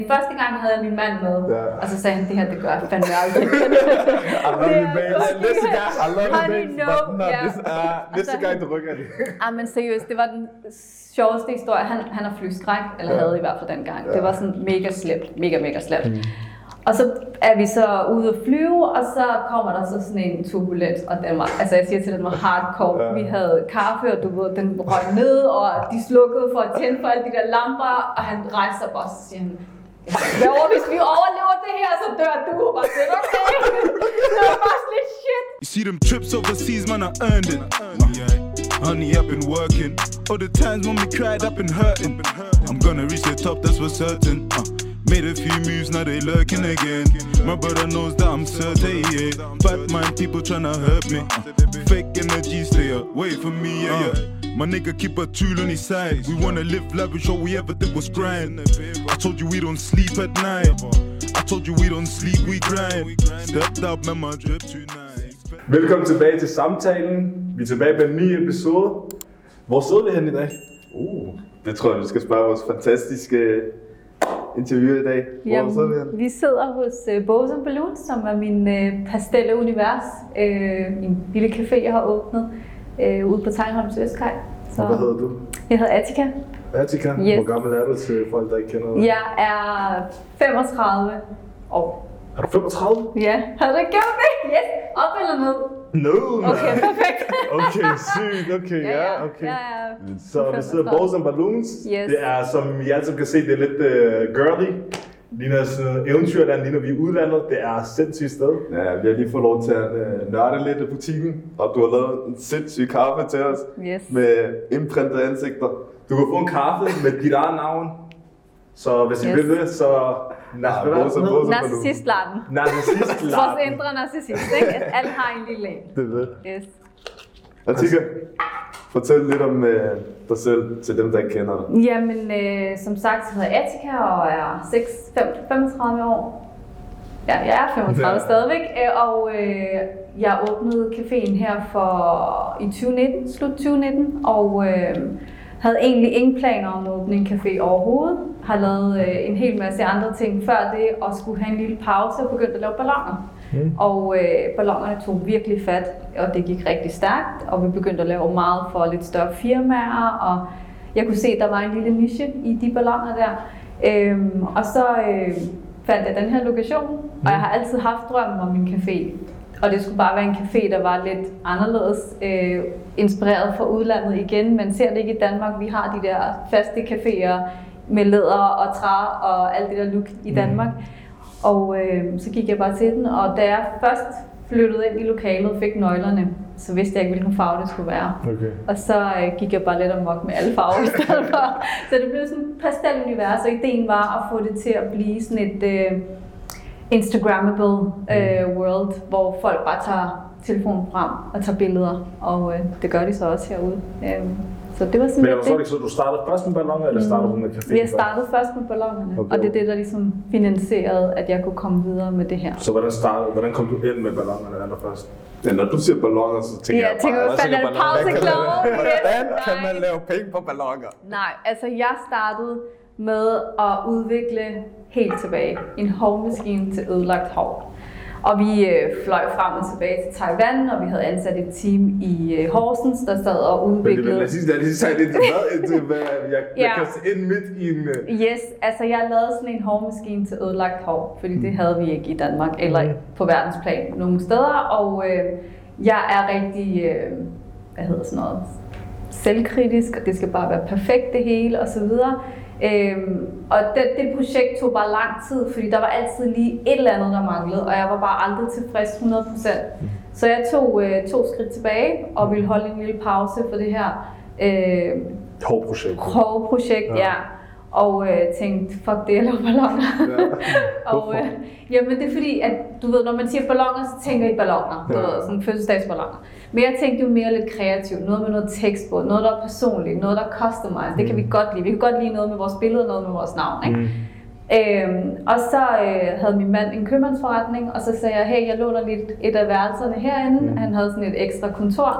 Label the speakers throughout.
Speaker 1: Første gang havde jeg min mand med, og så sagde han, det her, det gør jeg fandme aldrig.
Speaker 2: I love you, babe. Næste gang, I love you, babe. Næste gang, du rykker det.
Speaker 1: Men seriøst, det var den sjoveste historie. Han har flyskræk, eller havde i hvert fald dengang. Det var sådan mega slemt, mega slemt. Og så er vi så ude at flyve, og så kommer der så sådan en turbulens, og den var, altså jeg siger til, den var hardcore. Vi havde kaffe, og du ved, den røg ned, og de slukkede for at tænde for alle de der lamper, og han rejser op og så siger han, hvis vi overlever det her, så dør du. Og så okay. Det var bare sådan lidt shit.
Speaker 3: You see them trips overseas, man, I earned it. Honey, I've been working. All the times when we cried, I've been hurting. I'm gonna reach the top, that's for certain. Made a few moves, now they lurking again. My brother knows that I'm certain, yeah. Bad mind people tryna hurt me. Fake energy, stay away from me, yeah. My nigga keep a tool on his side. We wanna live lavish, all we ever did was grind. I told you we don't sleep at night. I told you we don't sleep, we grind. Stepped up, man, my drip tonight.
Speaker 2: Velkommen tilbage til samtalen. Vi er tilbage med en ny episode. Hvor sidder vi henne i dag? Det tror jeg, du skal spørge vores fantastiske interview i dag.
Speaker 1: Jamen, vi sidder hos Bows & Balloons, som er min pastelle univers. En lille café, jeg har åbnet ude på Tegnholms Østkaj.
Speaker 2: Hvad hedder du?
Speaker 1: Jeg hedder Attica.
Speaker 2: Attica? Yes. Hvor gammel er du til folk, der ikke kender dig?
Speaker 1: Jeg er 35 år.
Speaker 2: Er du 35?
Speaker 1: Ja, har du ikke gjort det? Yes, op eller ned?
Speaker 2: No,
Speaker 1: okay, perfekt.
Speaker 2: Okay, sygt, okay, ja, okay.
Speaker 1: Ja.
Speaker 2: Så vi sidder Bows & Balloons.
Speaker 1: Yes.
Speaker 2: Det er, som I altid kan se, det er lidt girly. Ligner sådan noget eventyr, der ligner vi i udlandet. Det er et sindssygt sted. Ja, vi har lige fået lov til at nørde lidt af butikken. Og du har lavet en sindssyg kaffe til os.
Speaker 1: Yes.
Speaker 2: Med indprintede ansigter. Du kan få en kaffe med dit eget navn. Så hvis I vil det, så...
Speaker 1: Narcissistladen.
Speaker 2: Narcissistladen.
Speaker 1: Vores indre narcissist, ikke? Alle har en lille en.
Speaker 2: Det er det.
Speaker 1: Yes.
Speaker 2: Attica, fortæl lidt om dig selv til dem, der ikke kender dig.
Speaker 1: Jamen, som sagt, så hedder jeg Attica og er 35 år. Ja, jeg er 35 stadigvæk, og jeg åbnede caféen her i 2019, slut 2019, og havde egentlig ingen planer om at åbne en café overhovedet. Har lavet en hel masse andre ting før det, og skulle have en lille pause og begyndte at lave balloner. Og ballonerne tog virkelig fat, og det gik rigtig stærkt, og vi begyndte at lave meget for lidt større firmaer, og jeg kunne se, at der var en lille niche i de balloner der. Og så fandt jeg den her lokation, og jeg har altid haft drømmen om min café. Og det skulle bare være en café, der var lidt anderledes, inspireret fra udlandet igen. Man ser det ikke i Danmark. Vi har de der faste caféer med læder og træ og alt det der look i Danmark. Og så gik jeg bare til den, og da jeg først flyttede ind i lokalet og fik nøglerne, så vidste jeg ikke, hvilken farve det skulle være. Okay. Og så gik jeg bare lidt amok med alle farver i stedet for. Så det blev sådan et pastelunivers, og ideen var at få det til at blive sådan et Instagrammable world, hvor folk bare tager telefonen frem og tager billeder, og det gør de så også herude. Så det var sådan
Speaker 2: lidt så du startede først med balloner, eller startede du med caféen?
Speaker 1: Jeg startede først med ballonerne, og det er det, der ligesom finansierede, at jeg kunne komme videre med det her.
Speaker 2: Så hvordan kom du ind med ballonerne allerførst? Ja, når du siger balloner, så tænker jeg
Speaker 1: bare,
Speaker 2: hvordan kan man lave penge på balloner?
Speaker 1: Nej, altså jeg startede med at udvikle helt tilbage en hovmaskine til ødelagt hov. Og vi fløj frem og tilbage til Taiwan, og vi havde ansat et team i Horsens, der sad og udviklede...
Speaker 2: Lad os lige sige lidt til hvad jeg kan se ind midt i en...
Speaker 1: Yes, altså jeg lavede sådan en hårmaskine til ødelagt hår, fordi det havde vi ikke i Danmark, eller på verdensplan nogle steder, og jeg er rigtig, selvkritisk, og det skal bare være perfekt det hele, og så videre. Og det projekt tog bare lang tid, fordi der var altid lige et eller andet, der manglede, og jeg var bare aldrig tilfreds 100%. Så jeg tog 2 skridt tilbage og ville holde en lille pause for det her hårde projekt, ja. Og tænkte, fuck det, jeg laver balloner. Ja. Og jamen det er fordi, at du ved, når man siger balloner, så tænker I balloner, du ved, sådan fødselsdagsballoner. Men jeg tænkte jo mere lidt kreativt, noget med noget tekst på, noget der er personligt, noget der er customized, det kan vi godt lide. Vi kan godt lide noget med vores billeder, noget med vores navn, ikke? Og så havde min mand en købmandsforretning, og så sagde jeg, hey, jeg låner lidt et af værelserne herinde. Han havde sådan et ekstra kontor.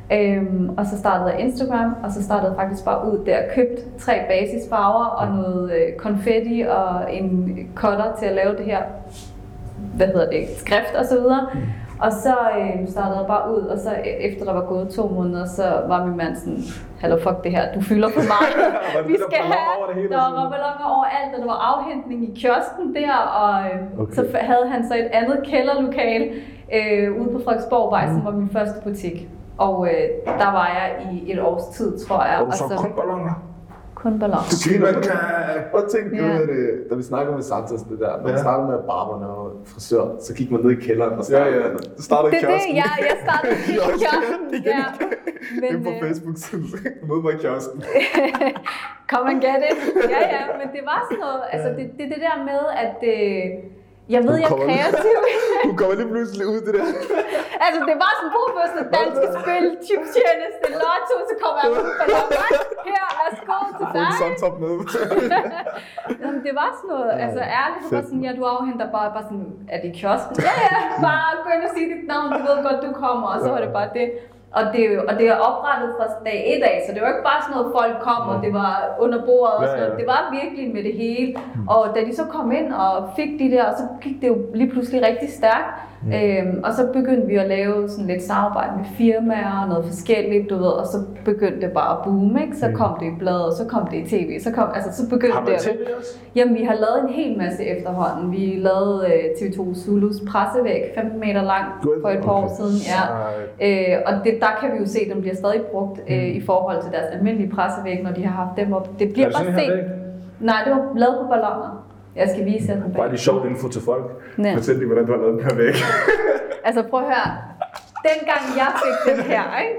Speaker 1: Og så startede jeg Instagram, og så startede jeg faktisk bare ud der, købt 3 basisfarver og noget konfetti og en cutter til at lave det her, skrift og så videre. Og så startede jeg bare ud, og så efter der var gået 2 måneder, så var min mand sådan, hallo, fuck det her, du fylder for meget. Vi skal have, der var balloner overalt, og der var afhentning i kiosken der, og så havde han så et andet kælderlokale ude på Frederiksborgvej, som var min første butik. Og der var jeg i et års tid, tror jeg.
Speaker 2: Og du så kun balloner?
Speaker 1: Kun balloner.
Speaker 2: Man kan godt tænke det, da vi snakkede med Santos det der, når vi snakkede med barberne og frisør, så gik man ned i kælderen og startede, startede i kiosken.
Speaker 1: Jeg startede i kiosken.
Speaker 2: Inde på Facebook, mød mig i kiosken.
Speaker 1: Come and get it. Ja, men det var sådan noget, altså det der med, at jeg ved, jeg er kreativ.
Speaker 2: Du kommer lige pludselig ud det der.
Speaker 1: Altså, det var sådan brugførste danske spil, chiptjeneste, lotto, så kommer jeg ud på balloner. Her, værsgo til dig.
Speaker 2: Få en top med.
Speaker 1: Jamen, det var sådan noget, altså ærligt, det var sådan, ja, du afhenter bare sådan, er det i kiosken? Ja, bare gå ind og sige dit navn, du ved godt, du kommer, og så var det bare det. Og det er oprettet fra dag 1 af, så det var ikke bare sådan noget, folk kom, og det var under bordet og sådan noget. Det var virkelig med det hele. Og da de så kom ind og fik de der, så gik det jo lige pludselig rigtig stærkt. Og så begyndte vi at lave sådan lidt samarbejde med firmaer og noget forskelligt, du ved, og så begyndte det bare at boome, ikke? Så kom det i bladet, så kom det i tv, så begyndte det.
Speaker 2: Har man tv også?
Speaker 1: Jamen, vi har lavet en hel masse efterhånden. Vi lavede TV2 Zulus pressevæg, 15 meter lang for et par år siden. Ja. Og der kan vi jo se, at den bliver stadig brugt i forhold til deres almindelige pressevæg, når de har haft dem op. Det bliver bare set. Nej, det var lavet på balloner. Jeg skal vise jer den bag.
Speaker 2: Bare lige sjovt info til folk. Fortæl lige, hvordan du har lavet den her væg.
Speaker 1: Altså prøv at høre. Dengang jeg fik den her, ikke?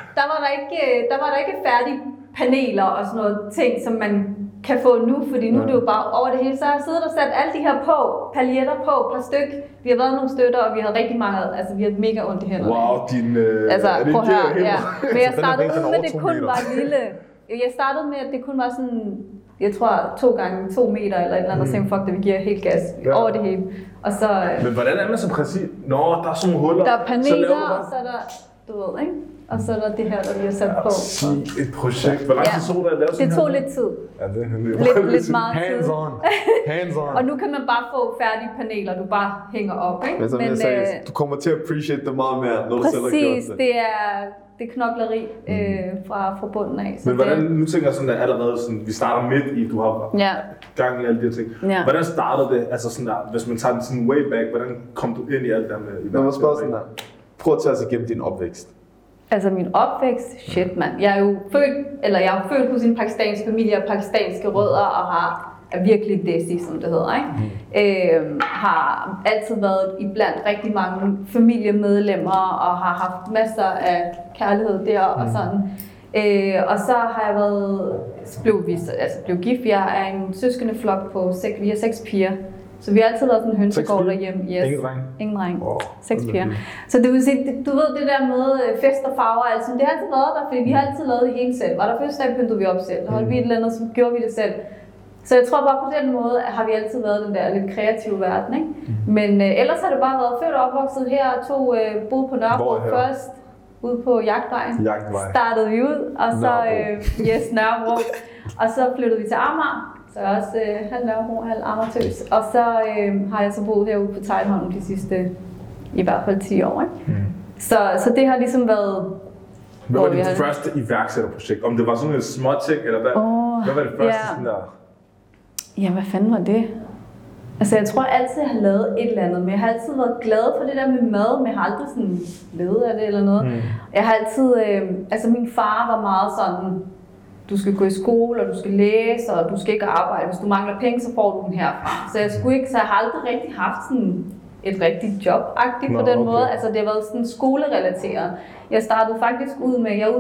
Speaker 1: Der var der ikke færdige paneler og sådan noget ting, som man kan få nu, fordi nu er det jo bare over det hele. Så har jeg siddet og sat alle de her på, paljetter på, et par styk. Vi har været nogle støtter, og vi har rigtig mange, altså vi har mega ondt i hænderne.
Speaker 2: Wow,
Speaker 1: altså prøv at høre, ja. Men jeg startede ud med, at det kun var lille. Jeg startede med, at det kun var sådan, jeg tror 2 gange 2 meter eller et eller andet, og fuck det, vi giver helt gas over det hele. Og så,
Speaker 2: men hvordan er man så præcis? Nå, der er sådan nogle huller.
Speaker 1: Der er paneler, og så er der, du ved, ikke? Og så er der det her, der vi har sat på.
Speaker 2: Et projekt. Hvor lang tid så der at lave sådan
Speaker 1: det tog lidt tid.
Speaker 2: Ja, det er
Speaker 1: lidt meget tid.
Speaker 2: Hands on. Hands on.
Speaker 1: Og nu kan man bare få færdige paneler, du bare hænger op, ikke?
Speaker 2: Men som jeg sagde, du kommer til at appreciate det meget mere, når du selv har gjort det.
Speaker 1: Præcis, det er knokleri fra bunden af.
Speaker 2: Men hvordan, nu tænker jeg sådan, at allerede sådan, vi starter midt i, du har gang i alle de her ting. Ja. Hvordan startede det, altså sådan der, hvis man tager den sådan way back, hvordan kom du ind i alt det med? Lad mig spørge sådan der. Prøv at tage os igennem din opvækst.
Speaker 1: Altså min opvækst, shit mand. Jeg er jo født hos en pakistansk familie og pakistanske rødder og er virkelig desi, som det hedder, ikke? Har altid været iblandt rigtig mange familiemedlemmer og har haft masser af kærlighed der og sådan. Og så har jeg blev gift. Jeg er en søskendeflok på 6 piger. Så vi har altid været sådan en hønsegård derhjemme. Yes. Ingen dreng. 6 piger. Så det vil sige, du ved det der med fest og farver, altså det har altid været der, fordi vi har altid lavet det hele selv. Var der fødselsdag, pyntede vi op selv. Holdt vi et eller andet, så gjorde vi det selv. Så jeg tror bare på den måde, har vi altid været den der lidt kreative verden, ikke? Men ellers har det bare været født og opvokset her, boede på Nørrebro først, ude på Jagtvejen. Startede vi ud, og så Nørrebro. Og så flyttede vi til Amager. Så jeg er også halv Nørrebro, halv Amagertøs. Og så har jeg så boet herude på Tegnholm de sidste, i hvert fald 10 år, ikke? Så det har ligesom været...
Speaker 2: Hvad var dit første iværksætterprojekt? Om det var sådan en små ting, eller hvad? Hvad var det første sådan der?
Speaker 1: Ja, hvad fanden var det? Altså jeg tror altid, jeg har lavet et eller andet, men jeg har altid været glad for det der med mad, men jeg har aldrig sådan levet af det eller noget. Jeg har altid, altså min far var meget sådan, du skal gå i skole, og du skal læse, og du skal ikke arbejde. Hvis du mangler penge, så får du den herfra. Så jeg har aldrig rigtig haft sådan et rigtigt job-agtigt på den måde. Altså det har været sådan skolerelateret. Jeg startede faktisk ud med, jeg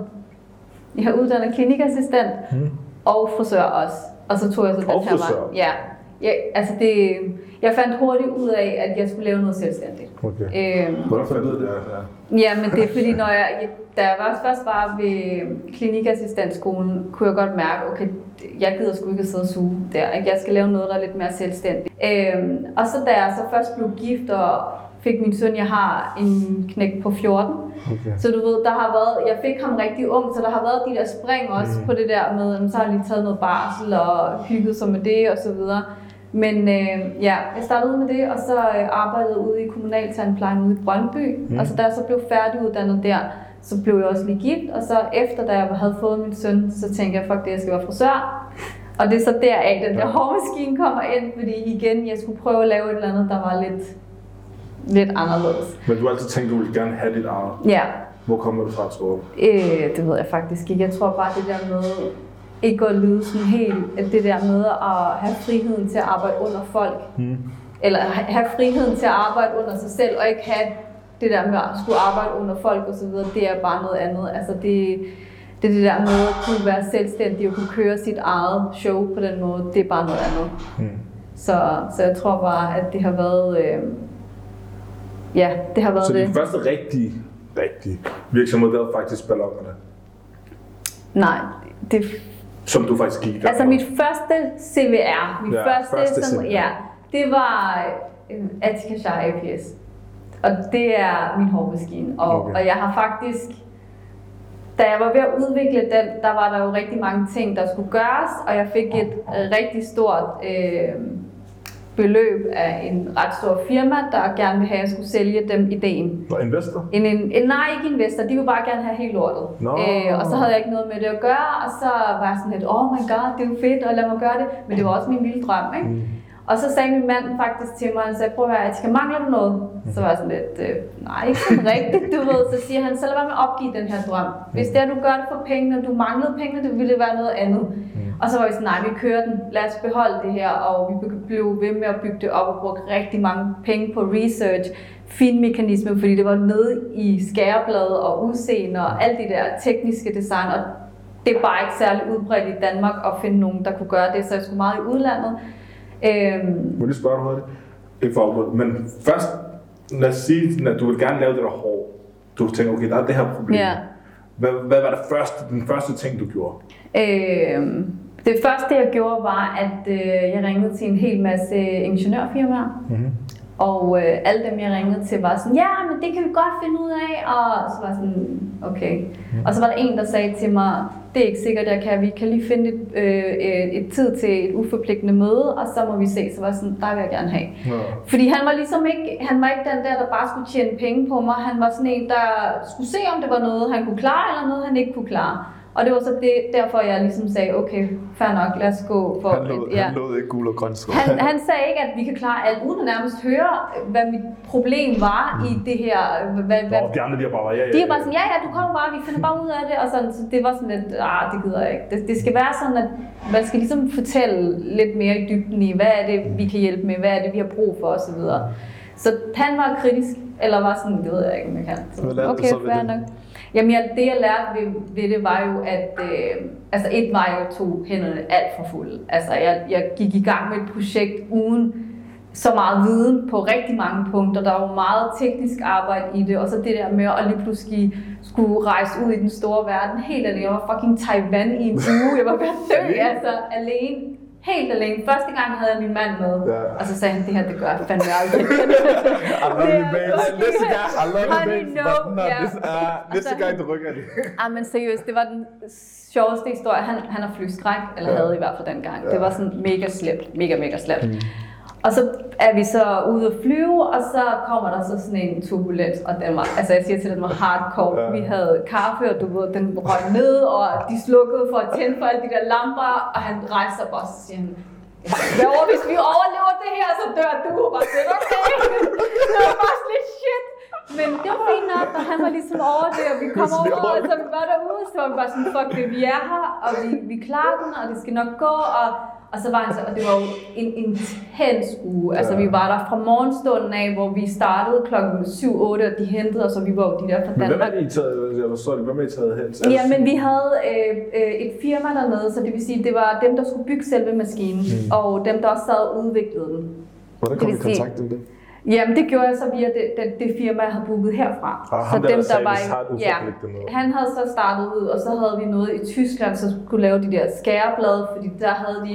Speaker 1: er uddannet klinikassistent og frisør også. Og så tog jeg så den her vej. Altså jeg fandt hurtigt ud af, at jeg skulle lave noget selvstændigt.
Speaker 2: Okay. Hvordan fandt du det?
Speaker 1: Ja, men det er fordi, da jeg først var ved klinikassistentskolen, kunne jeg godt mærke, okay, jeg gider sgu ikke sidde og suge der. Jeg skal lave noget, der er lidt mere selvstændigt. Og så da jeg så først blev gift og fik min søn, jeg har en knægt på 14. Okay. Så du ved, der har været, jeg fik ham rigtig ung, så der har været de der spring også på det der med, så har jeg lige taget noget barsel og hygget sig med det og så videre. Men jeg startede ud med det, og så arbejdede ude i kommunaltandplejen ude i Brøndby. Og så da jeg så blev færdiguddannet der, så blev jeg også lige gift. Og så efter, da jeg havde fået min søn, så tænkte jeg, fuck det, jeg skal være frisør. Og det er så deraf, den der hårmaskine kommer ind, fordi igen, jeg skulle prøve at lave et eller andet, der var lidt anderledes.
Speaker 2: Men du har altid tænkt, du ville gerne have dit eget?
Speaker 1: Ja.
Speaker 2: Hvor kommer du fra, tror du?
Speaker 1: Det ved jeg faktisk ikke. Jeg tror bare, det der med ikke at lyde sådan helt, det der med at have friheden til at arbejde under folk, eller have friheden til at arbejde under sig selv, og ikke have det der med at skulle arbejde under folk og så videre, det er bare noget andet. Altså det der med at kunne være selvstændig og kunne køre sit eget show på den måde, det er bare noget andet. Så jeg tror bare, at det har været, det har været
Speaker 2: så
Speaker 1: det.
Speaker 2: Så din første rigtige virksomhed, der var faktisk ballonerne?
Speaker 1: Nej, det...
Speaker 2: Som du faktisk gik der?
Speaker 1: Altså mit første CVR, det var Attica Shire APS. Og det er min hårmaskine. Og jeg har faktisk, da jeg var ved at udvikle den, der var der jo rigtig mange ting, der skulle gøres. Og jeg fik et rigtig stort beløb af en ret stor firma, der gerne ville have, at jeg skulle sælge dem ideen.
Speaker 2: Var investor?
Speaker 1: Nej, ikke investor. De ville bare gerne have helt lortet. Og så havde jeg ikke noget med det at gøre, og så var jeg sådan lidt, oh my god, det er jo fedt, og lad mig gøre det. Men det var også min lille drøm, ikke? Og så sagde min mand faktisk til mig, han sagde, prøv at høre, Attica, mangler du noget? Så var jeg sådan lidt, nej, ikke sådan rigtigt, du ved. Så siger han, så lad være med at opgive den her drøm. Hvis det er, du gør det for pengene, og du manglede pengene, det ville være noget andet. Og så var vi sådan, nej, vi kører den, lad os beholde det her, og vi blev ved med at bygge det op og bruge rigtig mange penge på research, finmekanisme, fordi det var nede i skærebladet og udseende og alt det der tekniske design, og det er bare ikke særlig udbredt i Danmark at finde nogen, der kunne gøre det, så jeg skulle meget i udlandet.
Speaker 2: Må jeg spørge dig hurtigt? Ikke for afbrudt, men først, lad os sige, at du vil gerne lave det der hår. Du tænker, okay, der er det her problem.
Speaker 1: Ja.
Speaker 2: Hvad var den første ting, du gjorde?
Speaker 1: Det første, jeg gjorde, var, at jeg ringede til en hel masse ingeniørfirmaer. Og alle dem, jeg ringede til, var sådan, ja, men det kan vi godt finde ud af. Og så var jeg sådan, okay. Og så var der en, der sagde til mig, det er ikke sikkert, jeg kan. Vi kan lige finde et tid til et uforpligtende møde, og så må vi se. Så var jeg sådan, der vil jeg gerne have. Fordi han var ligesom ikke, han var ikke den der bare skulle tjene penge på mig. Han var sådan en, der skulle se, om det var noget, han kunne klare, eller noget, han ikke kunne klare. Og det var så derfor, jeg ligesom sagde, okay, fair nok, lad os gå for...
Speaker 2: Han lod ikke gul og grønt skål.
Speaker 1: Han sagde ikke, at vi kan klare alt, uden at nærmest høre, hvad mit problem var i det her...
Speaker 2: De andre, de var bare,
Speaker 1: De var bare sådan, ja, du kommer bare, vi finder bare ud af det, og sådan, så det var sådan lidt, det gider jeg ikke. Det skal være sådan, at man skal ligesom fortælle lidt mere i dybden i, hvad er det, vi kan hjælpe med, hvad er det, vi har brug for, osv. Så han var kritisk, eller var sådan, det ved jeg ikke, om jeg kan. Så, okay, fair nok. Jamen, det jeg lærte ved det var jo, at et var jeg tog hænderne alt for fulde. Altså, jeg gik i gang med et projekt uden så meget viden på rigtig mange punkter. Der var meget teknisk arbejde i det, og så det der med at lige pludselig skulle rejse ud i den store verden helt alene. Jeg var fucking Taiwan i en uge. Jeg var ved at dø, altså alene. Helt alene. Første gang havde jeg min mand med, og så sagde han, det her, det gør jeg fandme aldrig.
Speaker 2: I love you, babe. Næste gang, du rykker det.
Speaker 1: Men seriøst, det var den sjoveste historie. Han har flyskræk, eller havde i hvert fald dengang. Det var sådan mega slemt, mega slemt. Og så er vi så ude at flyve, og så kommer der så sådan en turbulens, og den var, altså jeg siger til, at den var hardcore. Vi havde kaffe, og du ved, den røg ned, og de slukkede for at tænde for alle de der lamper, og han rejser op og så siger han, hvis vi overlever det her, så dør du. Og så okay, det var bare sådan lidt shit. Men det var fint nok, og han var ligesom over det, og vi kom over, og så vi var derude, så var vi bare sådan, fuck det, vi er her, og vi klarer den, og det skal nok gå, og så var han så, og det var jo en intens uge. Altså vi var der fra morgenstunden af, hvor vi startede klokken 7-8, og de hentede os, og vi var jo de der fra Danmark.
Speaker 2: Hvem er I taget hen?
Speaker 1: Ja, men vi havde et firma dernede, så det vil sige, det var dem, der skulle bygge selve maskinen, og dem, der også sad og udviklede den.
Speaker 2: Hvordan kom I i kontakt med det?
Speaker 1: Jamen det gjorde jeg så via det firma, jeg havde booket herfra.
Speaker 2: Så dem, der var
Speaker 1: han havde så startet ud, og så havde vi noget i Tyskland, så skulle lave de der skæreblade, fordi der havde de ikke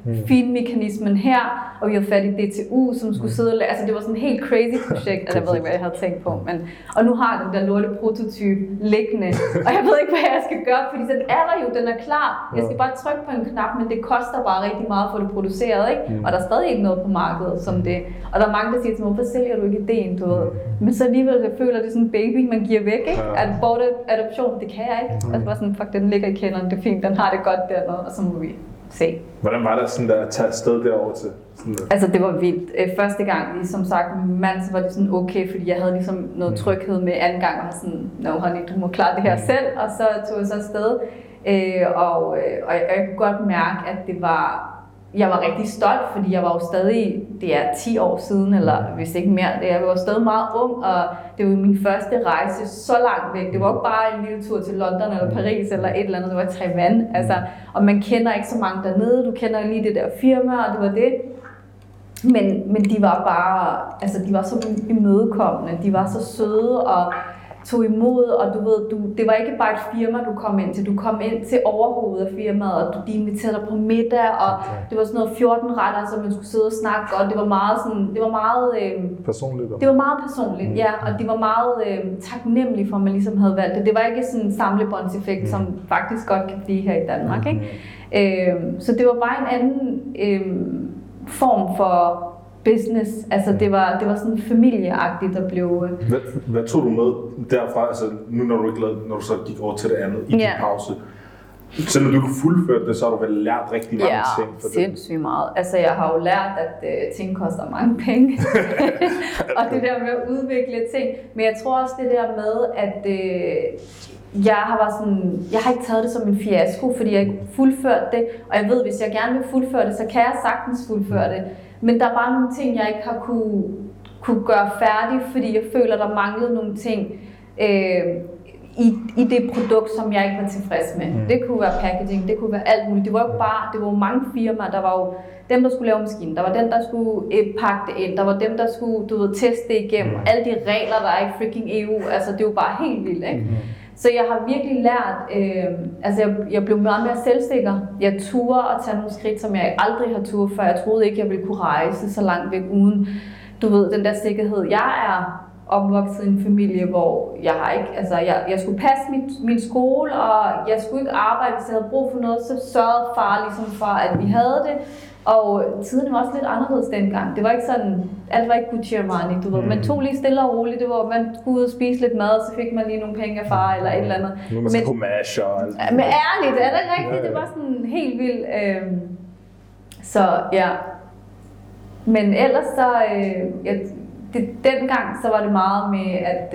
Speaker 1: finmekanismen her, og vi havde fat i DTU, som skulle sidde og altså det var sådan et helt crazy projekt, altså jeg ved ikke, hvad jeg havde tænkt på, men, og nu har jeg den der lorte prototype liggende, og jeg ved ikke, hvad jeg skal gøre, fordi den er der jo, den er klar, jeg skal bare trykke på en knap, men det koster bare rigtig meget at få det produceret, ikke? Og der er stadig ikke noget på markedet som det, og der er mange, der siger til mig, hvorfor sælger du ikke ideen, du ved, men så alligevel, jeg føler, det er sådan en baby, man giver væk, ikke? At borte adoption, det kan jeg ikke, altså bare sådan, fuck, den ligger i kælderen, det er fint, den har det godt dernede, og så må vi se.
Speaker 2: Hvordan var det sådan der at tage afsted derover til?
Speaker 1: Altså det var vildt. Første gang, som sagt, med min mand, så var det sådan okay, fordi jeg havde ligesom noget tryghed med. Anden gang var sådan, no honey, du må klare det her selv, og så tog jeg så afsted. Og jeg kunne godt mærke, at det var, jeg var rigtig stolt, fordi jeg var jo stadig, det er 10 år siden, eller hvis ikke mere, jeg var stadig meget ung, og det var min første rejse så langt væk. Det var ikke bare en lille tur til London eller Paris eller et eller andet, det var Taiwan. Altså, og man kender ikke så mange dernede, du kender lige det der firma, og det var det. Men de var bare, altså de var så imødekommende, de var så søde og tog imod, og du ved, det var ikke bare et firma, du kom ind til. Du kom ind til overhovedet af firmaet, og de inviterede dig på middag, og det var sådan noget 14 retter, så man skulle sidde og snakke godt. Det var meget sådan, det var meget
Speaker 2: personligt.
Speaker 1: Det var meget personligt, ja, og de var meget taknemmelige for, at man ligesom havde valgt det. Det var ikke sådan en samlebåndseffekt, som faktisk godt kan blive her i Danmark, ikke? Så det var bare en anden form for business, altså det var sådan familieagtigt, der blev...
Speaker 2: Hvad tog du med derfra, altså nu når du så gik over til det andet i din pause? Selvom du kunne fuldføre det, så har du vel lært rigtig mange ting for det? Ja,
Speaker 1: sindssygt meget. Altså jeg har jo lært, at ting koster mange penge, og det der med at udvikle ting, men jeg tror også det der med, at jeg har ikke taget det som en fiasko, fordi jeg ikke fuldførte det, og jeg ved, hvis jeg gerne vil fuldføre det, så kan jeg sagtens fuldføre det. Men der er bare nogle ting, jeg ikke har kunne gøre færdig, fordi jeg føler, der manglede nogle ting i det produkt, som jeg ikke var tilfreds med. Det kunne være packaging, det kunne være alt muligt. Det var jo bare, det var mange firmaer, der var jo dem, der skulle lave maskinen, der var dem, der skulle pakke det ind, der var dem, der skulle, teste det igennem, alle de regler, der er i freaking EU, altså det er jo bare helt vildt, ikke? Så jeg har virkelig lært, jeg blev meget mere selvsikker. Jeg turde at tage nogle skridt, som jeg aldrig har turet før. Jeg troede ikke, jeg ville kunne rejse så langt væk uden, den der sikkerhed. Jeg er opvokset i en familie, hvor jeg skulle passe min skole, og jeg skulle ikke arbejde, hvis jeg havde brug for noget, så sørgede far ligesom for, at vi havde det. Og tiden var også lidt anderledes dengang. Det var ikke sådan, alt var ikke Gucci og Armani, Man tog lige stille og roligt, det var, man skulle ud og spise lidt mad, så fik man lige nogle penge af far eller et eller andet.
Speaker 2: Nu man skal på MASH og alt.
Speaker 1: Men ærligt, er det rigtigt? Det var sådan helt vildt. Så ja. Men ellers så, dengang så var det meget med, at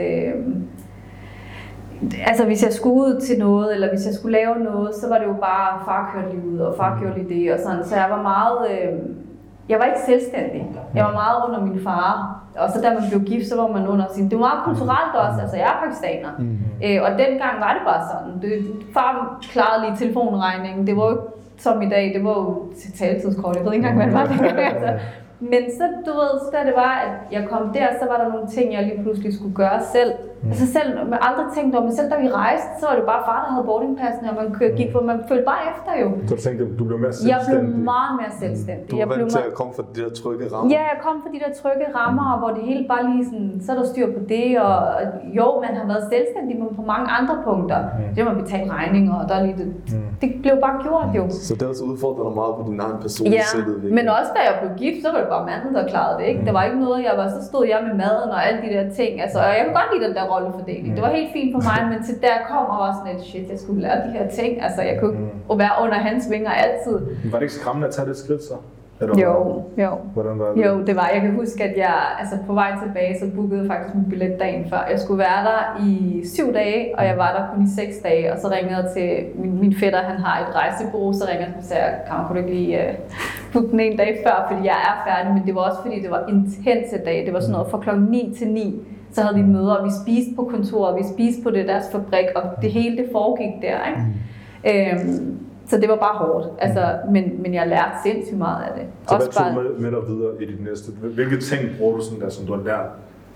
Speaker 1: hvis jeg skulle ud til noget, eller hvis jeg skulle lave noget, så var det jo bare, far kørte lige ud, og far gjorde lige det, og sådan. Så jeg var meget, jeg var ikke selvstændig. Jeg var meget under min far. Og så da man blev gift, så var man under sin. Det var meget kulturelt også, altså jeg er pakistaner. Og dengang var det bare sådan. Far klarede lige telefonregningen, det var jo ikke som i dag, det var jo til taletidskort, jeg ved ikke engang, hvad det var dengang. Altså. Men så, så da det var, at jeg kom der, så var der nogle ting, jeg lige pludselig skulle gøre selv. Altså selv, man aldrig tænkte om, men selv da vi rejste, så var det bare far, der havde boardingpassene, og man gik på, man følte bare efter jo.
Speaker 2: Så du tænkte, du blev mere selvstændig?
Speaker 1: Jeg blev meget mere selvstændig.
Speaker 2: Du var vant til at komme fra de der trygge rammer?
Speaker 1: Ja, jeg kom fra de der trygge rammer, hvor det hele bare lige sådan, så er der styr på det, og jo, man har været selvstændig, men på mange andre punkter. Det har man betalt regninger, og der er lige det. Det blev bare gjort jo.
Speaker 2: Så det også udfordrer dig meget på din egen personlige selvudvikling?
Speaker 1: Men også da jeg blev gift, så var det bare manden, der klarede det, ikke? Der var ikke noget, så stod jeg med maden og alle de der ting. Altså, og jeg kunne godt lide den der rollefordeling. Det var helt fint for mig, men til der kom og var sådan et shit, jeg skulle lære de her ting. Altså, jeg kunne ikke være under hans vinger altid.
Speaker 2: Var det ikke skræmmende at tage det skridt så?
Speaker 1: Jo.
Speaker 2: Hvordan var det?
Speaker 1: Jo, det var. Jeg kan huske, at jeg på vej tilbage, så bookede jeg faktisk min billet dagen før. Jeg skulle være der i 7 dage, og jeg var der kun i 6 dage. Og så ringede jeg til min fætter, han har et rejsebureau, så ringede jeg og sagde, kunne du ikke lige booke den en dag før, fordi jeg er færdig. Men det var også fordi, det var intense dage. Det var sådan noget fra klokken 9 til 9. Så havde vi møder, og vi spiste på kontoret, vi spiste på deres fabrik, og det hele det foregik der, ikke? Så det var bare hårdt, altså, men jeg lærte sindssygt meget af det.
Speaker 2: Så også hvad tog du med dig videre i dit næste? Hvilke ting bruger du sådan der, som du har lært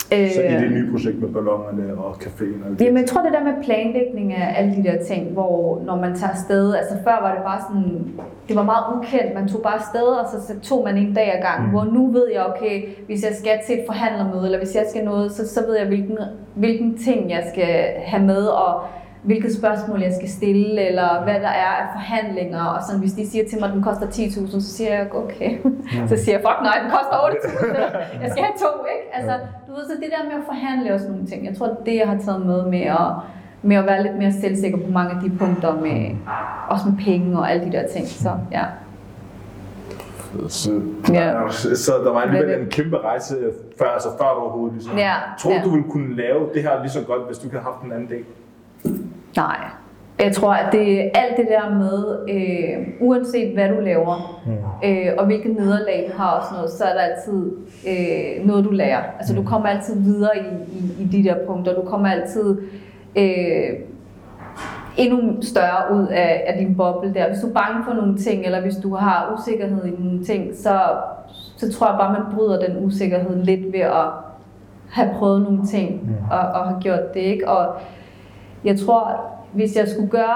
Speaker 2: Så i det nye projekt med ballonerne og caféen?
Speaker 1: Jamen, jeg tror det der med planlægning af alle de der ting, hvor når man tager afsted, altså før var det bare sådan, det var meget ukendt, man tog bare afsted, og så tog man en dag ad gangen, hvor nu ved jeg, okay, hvis jeg skal til et forhandlermøde, eller hvis jeg skal noget, så ved jeg, hvilken ting jeg skal have med, og hvilket spørgsmål jeg skal stille, eller hvad der er af forhandlinger, og sådan, hvis de siger til mig, at den koster 10.000, så siger jeg, okay. Så siger jeg, fuck nej, den koster 8.000, jeg skal have 2, ikke? Altså, du ved, så det der med at forhandle og sådan nogle ting, jeg tror, det jeg har taget med at være lidt mere selvsikker på mange af de punkter, også med penge og alle de der ting, så ja.
Speaker 2: Så der var alligevel en kæmpe rejse før du overhovedet ligesom. Tror du ville kunne lave det her lige så godt, hvis du ikke havde haft en anden dag?
Speaker 1: Nej. Jeg tror, at det alt det der med, uanset hvad du laver, og hvilke nederlag du har og sådan noget, så er der altid noget, du lærer. Altså, du kommer altid videre i de der punkter. Du kommer altid endnu større ud af din boble der. Hvis du er bange for nogle ting, eller hvis du har usikkerhed i nogle ting, så tror jeg bare, man bryder den usikkerhed lidt ved at have prøvet nogle ting og have gjort det, ikke? Og jeg tror, hvis jeg skulle gøre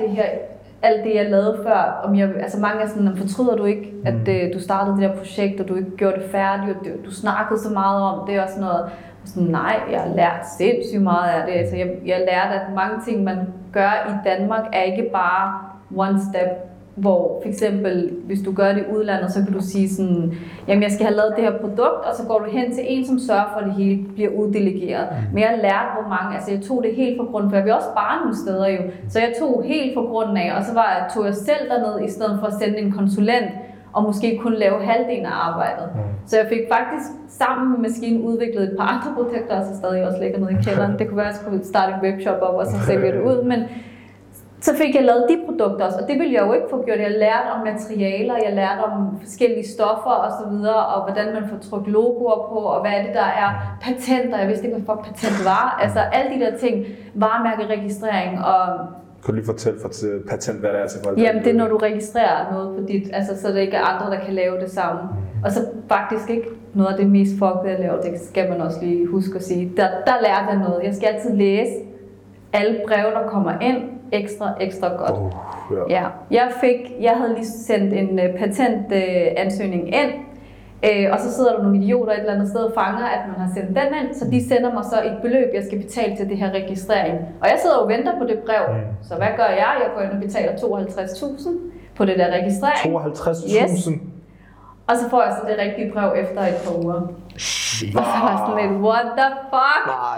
Speaker 1: alt det jeg lavede før, altså mange er sådan, fortryder du ikke, at du startede det der projekt, og du ikke gjorde det færdigt, og du snakkede så meget om det og sådan noget. Og sådan, nej, jeg har lært sindssygt meget af det. Altså, jeg lærte, at mange ting, man gør i Danmark, er ikke bare one step, hvor for eksempel, hvis du gør det i udlandet, så kan du sige sådan, jamen jeg skal have lavet det her produkt, og så går du hen til en, som sørger for, at det hele bliver uddelegeret. Men jeg lærte, hvor mange, altså jeg tog det helt fra grunden, for jeg vil også spare nogle steder jo, så jeg tog helt fra grunden af, og så tog jeg selv derned, i stedet for at sende en konsulent, og måske kun lave halvdelen af arbejdet. Så jeg fik faktisk sammen med maskinen udviklet et par andre produkter, og så stadig også ligger nede i kælderen. Det kunne være, at jeg skulle starte en webshop op, og så sælge det ud, men så fik jeg lavet de produkter også, og det ville jeg jo ikke få gjort. Jeg lærte om materialer, jeg lærte om forskellige stoffer og så videre, og hvordan man får trykt logoer på, og hvad er det, der er patenter. Jeg vidste ikke, hvad patent var. Altså alle de der ting, varemærkeregistrering og...
Speaker 2: Kan du lige fortælle for patent, hvad det er til folk?
Speaker 1: Jamen det er, når du registrerer noget på dit, altså så det ikke er andre, der kan lave det samme. Og så faktisk ikke noget af det mest fuckede, jeg laver, det skal man også lige huske at sige. Der lærte jeg noget. Jeg skal altid læse alle breve, der kommer ind, ekstra godt. Ja. Jeg havde lige sendt en patentansøgning ind, og så sidder der nogle idioter et eller andet sted og fanger, at man har sendt den ind, så de sender mig så et beløb, jeg skal betale til det her registrering. Og jeg sidder og venter på det brev, så hvad gør jeg? Jeg går ind og betaler 52.000 på det der registrering.
Speaker 2: 52.000?
Speaker 1: Yes. Og så får jeg så det rigtige brev efter et par uger. Og så var jeg sådan lidt, what the fuck?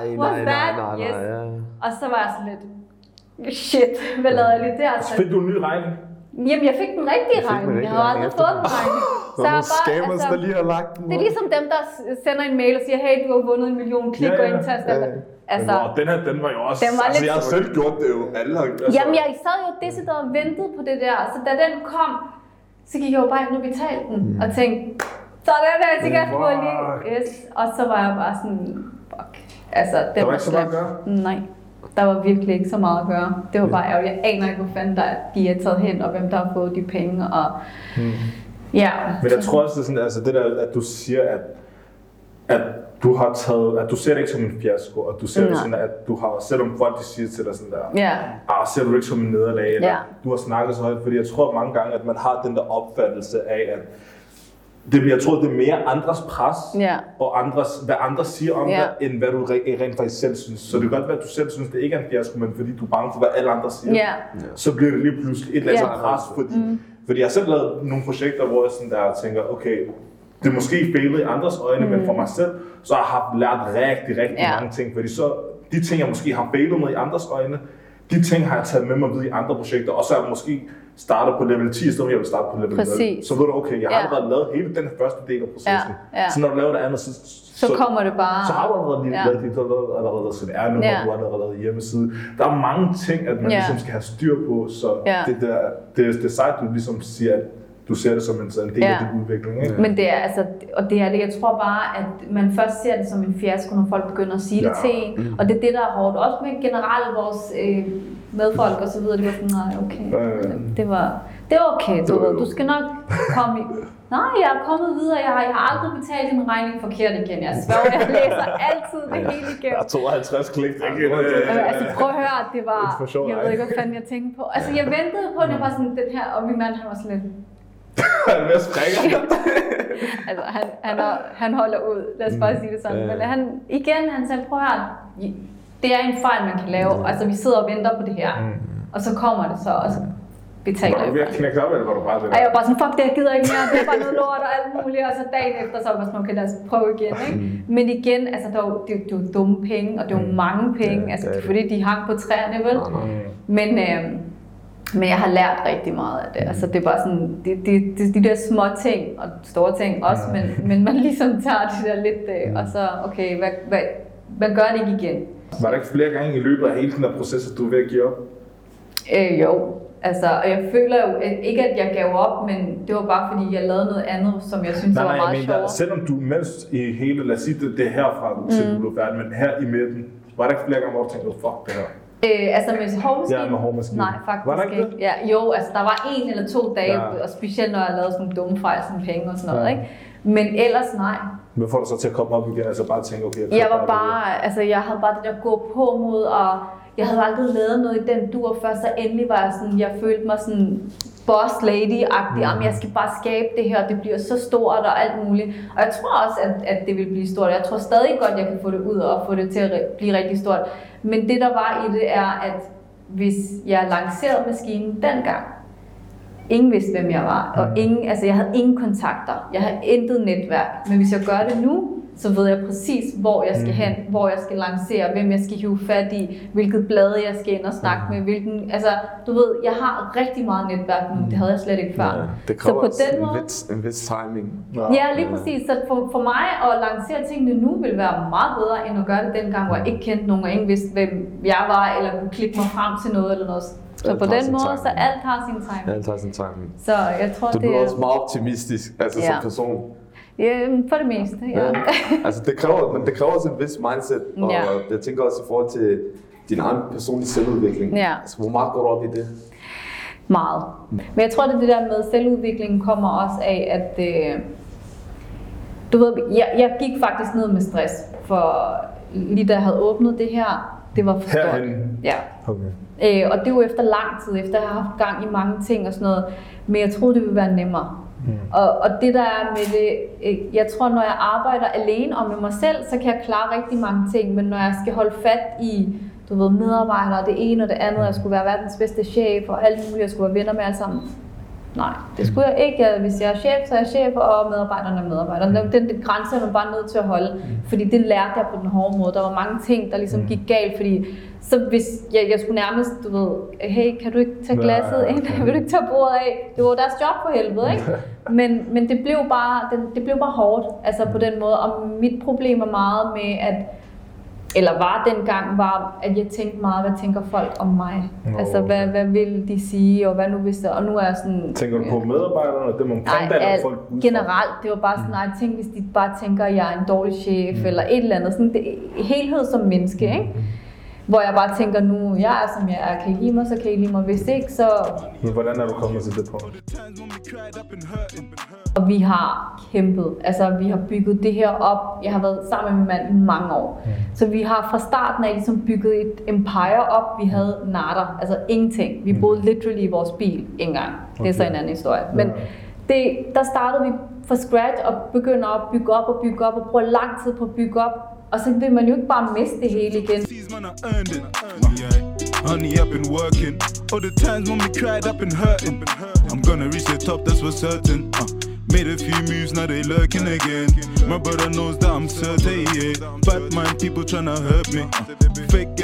Speaker 4: Nej.
Speaker 1: Yes. Og så var jeg sådan lidt, shit, hvad lavede jeg lige der?
Speaker 2: Så fik du en ny regning?
Speaker 1: Jamen, jeg fik den rigtige regning. Jeg har aldrig fået en regning.
Speaker 4: Så jeg bare,
Speaker 2: der lige har lagt den.
Speaker 1: Det er ligesom dem, der sender en mail og siger, hey, du har vundet 1 million, klik og indtast. Altså,
Speaker 2: den var jo også...
Speaker 1: Jeg
Speaker 2: har selv gjort det jo. Alle har,
Speaker 1: Jamen, jeg sad jo decideret og ventede på det der. Så da den kom, så gik jeg jo bare ind og betalte den. Og tænkte, så er det jeg sikkert på lige. Yes. Og så var jeg bare sådan, fuck. Altså,
Speaker 2: der var ikke så meget at gøre?
Speaker 1: Nej. Der var virkelig ikke så meget at gøre. Det var bare ærgerligt. Jeg aner ikke, hvor fanden de er taget hen, og hvem der har fået de penge. Og ja.
Speaker 2: Men jeg tror også, det er sådan, altså det der, at du siger, at du har taget, at du ser det ikke som en fiasko, og du ser det sådan, at du har, selvom folk de siger til dig sådan der, ser du det ikke som en nederlag, eller du har snakket så højt, fordi jeg tror mange gange, at man har den der opfattelse af, at jeg tror, det er mere andres pres, og hvad andre siger om dig, end hvad du rent faktisk selv synes. Så det kan godt være, at du selv synes, det ikke er en fiasko, men fordi du er bange for, hvad alle andre siger, så bliver det lige pludselig et eller andet pres. Fordi jeg har selv lavet nogle projekter, hvor jeg sådan der tænker, okay, det er måske fejlet i andres øjne, men for mig selv, så har jeg lært rigtig mange ting. Fordi så, de ting, jeg måske har fejlet med i andres øjne, de ting har jeg taget med mig videre i andre projekter, og så er jeg måske startet på level 10, i stedet for jeg vil starte på level 0. Så ved du, okay, jeg har allerede lavet hele den første del af processen. Så når du laver det andet, så kommer det bare. Så har du allerede lavet det, du har allerede lavet CVR-nummer, du har allerede lavet hjemmeside. Der er mange ting, at man ligesom skal have styr på, så det er sejt, du ligesom siger, at du ser det som en del af din udvikling, ikke?
Speaker 1: Men det er altså, og det er det. Jeg tror bare, at man først ser det som en fiasko, når folk begynder at sige det til en. Og det er det, der er hårdt. Også med generelt vores medfolk og så videre. Det var sådan, nej, okay. det er okay, du skal nok komme i... Nej, jeg er kommet videre, jeg har aldrig betalt en regning forkert igen. Jeg sværger, jeg læser altid det hele igennem.
Speaker 2: Jeg har 52 klik.
Speaker 1: Altså prøv at høre, det var... Jeg ved ikke, hvad fanden jeg tænkte på. Altså jeg ventede på, at jeg var sådan den her, og min mand han var sådan lidt...
Speaker 2: Han er ved at springe.
Speaker 1: Altså han holder ud, lad os bare sige det sådan. Men han sagde, prøv at høre, det er en fejl, man kan lave. Altså vi sidder og venter på det her, og så kommer det så, og så betaler jeg.
Speaker 2: Var du ved at knække op, eller var du bare det der?
Speaker 1: Jeg var bare sådan, fuck det, jeg gider ikke mere, det er bare noget lort og alt muligt. Og så dagen efter, så var jeg sådan, okay, lad os prøve igen. Ikke? Men igen, altså det er jo dumme penge, og det er jo mange penge, altså det er fordi, de hang på træerne, vel? Men jeg har lært rigtig meget af det. Altså det er bare sådan, de der små ting, og store ting også, men man ligesom tager det der lidt, og så, okay, hvad gør det ikke igen?
Speaker 2: Var der ikke flere gange i løbet af hele den her proces, at du er ved at give op?
Speaker 1: Jo. Altså, og jeg føler jo ikke, at jeg gav op, men det var bare fordi, jeg lavede noget andet, som jeg synes var meget sjovere.
Speaker 2: Selvom du mens i hele, lad os sige det herfra til du blev færdig, men her i midten, var der ikke flere gange, hvor du tænkte, fuck det her?
Speaker 1: Altså med hårmaskinen?
Speaker 2: Ja, med hårmaskinen.
Speaker 1: Nej, faktisk
Speaker 2: var der ikke.
Speaker 1: Ja, jo, altså der var 1 eller 2 dage, og specielt når jeg lavede sådan nogle dumme fejl, som penge og sådan noget, ikke? Men ellers nej.
Speaker 2: Men får du så til at komme op igen, altså bare tænke, okay...
Speaker 1: Jeg havde bare det der gå på mod, og jeg havde aldrig lavet noget i den dur før, så endelig var jeg sådan, jeg følte mig sådan boss lady-agtig, jeg skal bare skabe det her, det bliver så stort og alt muligt. Og jeg tror også, at det vil blive stort. Jeg tror stadig godt, at jeg kan få det ud og få det til at blive rigtig stort. Men det der var i det er, at hvis jeg lancerede maskinen dengang, ingen vidste, hvem jeg var, og jeg havde ingen kontakter, jeg havde intet netværk. Men hvis jeg gør det nu, så ved jeg præcis, hvor jeg skal hen, hvor jeg skal lancere, hvem jeg skal hive fat i, hvilket blad jeg skal ind og snakke med, altså, du ved, jeg har rigtig meget netværk nu, det havde jeg slet ikke før.
Speaker 4: Ja, det kræver så på den måde, en vis timing.
Speaker 1: Ja, lige præcis. Så for mig at lancere tingene nu vil være meget bedre, end at gøre det dengang, hvor jeg ikke kendte nogen, og ingen vidste, hvem jeg var, eller kunne klikke mig frem til noget eller noget. Så på den måde, så alt har sin timing.
Speaker 4: Alt har sin timing.
Speaker 1: Så jeg tror,
Speaker 4: du bliver også meget optimistisk, altså som person.
Speaker 1: Ja, for det meste, ja.
Speaker 4: Altså det kræver også en vis mindset, og jeg tænker også i forhold til din egen personlige selvudvikling. Ja. Altså, hvor meget går du op i det?
Speaker 1: Meget. Men jeg tror, at det der med selvudviklingen kommer også af, at du ved, jeg gik faktisk ned med stress, for lige da jeg havde åbnet det her, det var for stort.
Speaker 2: Herhen?
Speaker 1: Ja. Okay. Og det var efter lang tid, efter jeg har haft gang i mange ting og sådan noget, men jeg troede, det ville være nemmere. Og det der er med det, jeg tror, når jeg arbejder alene og med mig selv, så kan jeg klare rigtig mange ting, men når jeg skal holde fat i, du ved, medarbejdere, det ene og det andet, jeg skulle være verdens bedste chef og alt muligt, jeg skulle være venner med alle sammen. Nej, det skulle jeg ikke. Hvis jeg er chef, så er jeg chef, og medarbejderne er medarbejdere. Den grænse er man bare nødt til at holde, fordi det lærte jeg på den hårde måde. Der var mange ting, der ligesom gik galt, fordi så hvis jeg skulle nærmest, du ved, hey, kan du ikke tage glasset ind? Vil du ikke tage bordet af? Det var deres job for helvede, ikke? Men det blev bare hårdt, altså på den måde. Og mit problem er meget med, at jeg tænkte meget, hvad tænker folk om mig? Altså, hvad vil de sige, og hvad nu hvis det, og nu er jeg sådan...
Speaker 2: Tænker du på medarbejderne, og dem omkring dig, eller folk udefra?
Speaker 1: Generelt, det var bare sådan, nej, tænk hvis de bare tænker, at jeg er en dårlig chef, eller et eller andet, sådan helhed som menneske, ikke? Hvor jeg bare tænker nu, jeg er som jeg er, kan I lide mig, så kan I lide mig, hvis ikke, så...
Speaker 2: Men hvordan er du kommet til det på?
Speaker 1: Og vi har kæmpet, altså vi har bygget det her op, jeg har været sammen med min mand i mange år. Så vi har fra starten af ligesom bygget et empire op, vi havde natter, altså ingenting. Vi boede literally i vores bil ikke engang, det er så en anden historie. Men der startede vi fra scratch og begynder at bygge op og bruger lang tid på at bygge op. Og så vil man jo ikke bare miste det hele igen.
Speaker 3: Honey, I've been working. All the times when we cried, I've been hurting. I'm gonna reach the top, that's for certain. Made a few moves, now they lurking again. My brother knows that I'm certain, yeah. Bad mind people tryna hurt me. Fake